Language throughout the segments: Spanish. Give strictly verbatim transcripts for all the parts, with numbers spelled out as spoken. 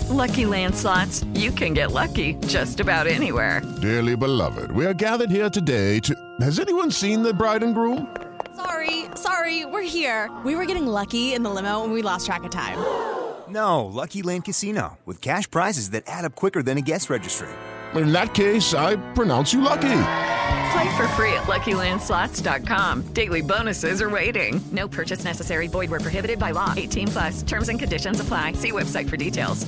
Lucky Land Slots, you can get lucky just about anywhere. Dearly beloved, we are gathered here today to... Has anyone seen the bride and groom? Sorry, sorry, we're here. We were getting lucky in the limo and we lost track of time. No, Lucky Land Casino, with cash prizes that add up quicker than a guest registry. In that case, I pronounce you lucky. Play for free at Lucky Land Slots dot com. Daily bonuses are waiting. No purchase necessary. Void where prohibited by law. eighteen plus. Terms and conditions apply. See website for details.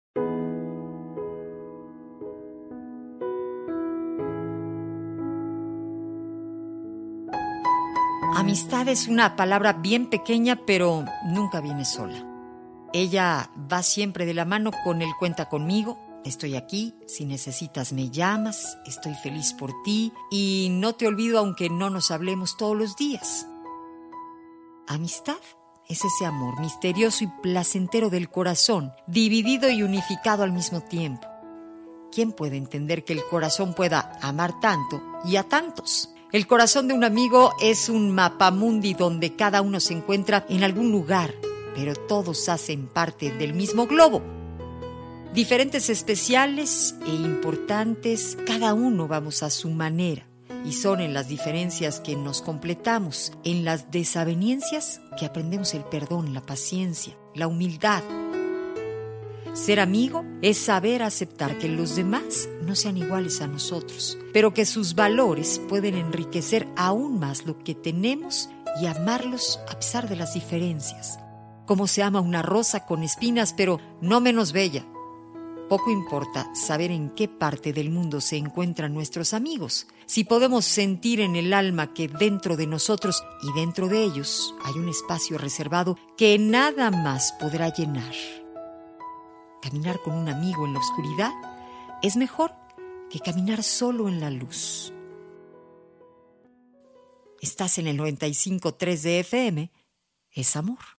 Amistad es una palabra bien pequeña, pero nunca viene sola. Ella va siempre de la mano con el cuenta conmigo. Estoy aquí, si necesitas me llamas, estoy feliz por ti y no te olvido aunque no nos hablemos todos los días. Amistad es ese amor misterioso y placentero del corazón, dividido y unificado al mismo tiempo. ¿Quién puede entender que el corazón pueda amar tanto y a tantos? El corazón de un amigo es un mapamundi donde cada uno se encuentra en algún lugar, pero todos hacen parte del mismo globo. Diferentes, especiales e importantes, cada uno vamos a su manera. Y son en las diferencias que nos completamos, en las desavenencias que aprendemos el perdón, la paciencia, la humildad. Ser amigo es saber aceptar que los demás no sean iguales a nosotros, pero que sus valores pueden enriquecer aún más lo que tenemos y amarlos a pesar de las diferencias. Como se ama una rosa con espinas, pero no menos bella. Poco importa saber en qué parte del mundo se encuentran nuestros amigos, si podemos sentir en el alma que dentro de nosotros y dentro de ellos hay un espacio reservado que nada más podrá llenar. Caminar con un amigo en la oscuridad es mejor que caminar solo en la luz. Estás en el noventa y cinco punto tres de F M, es amor.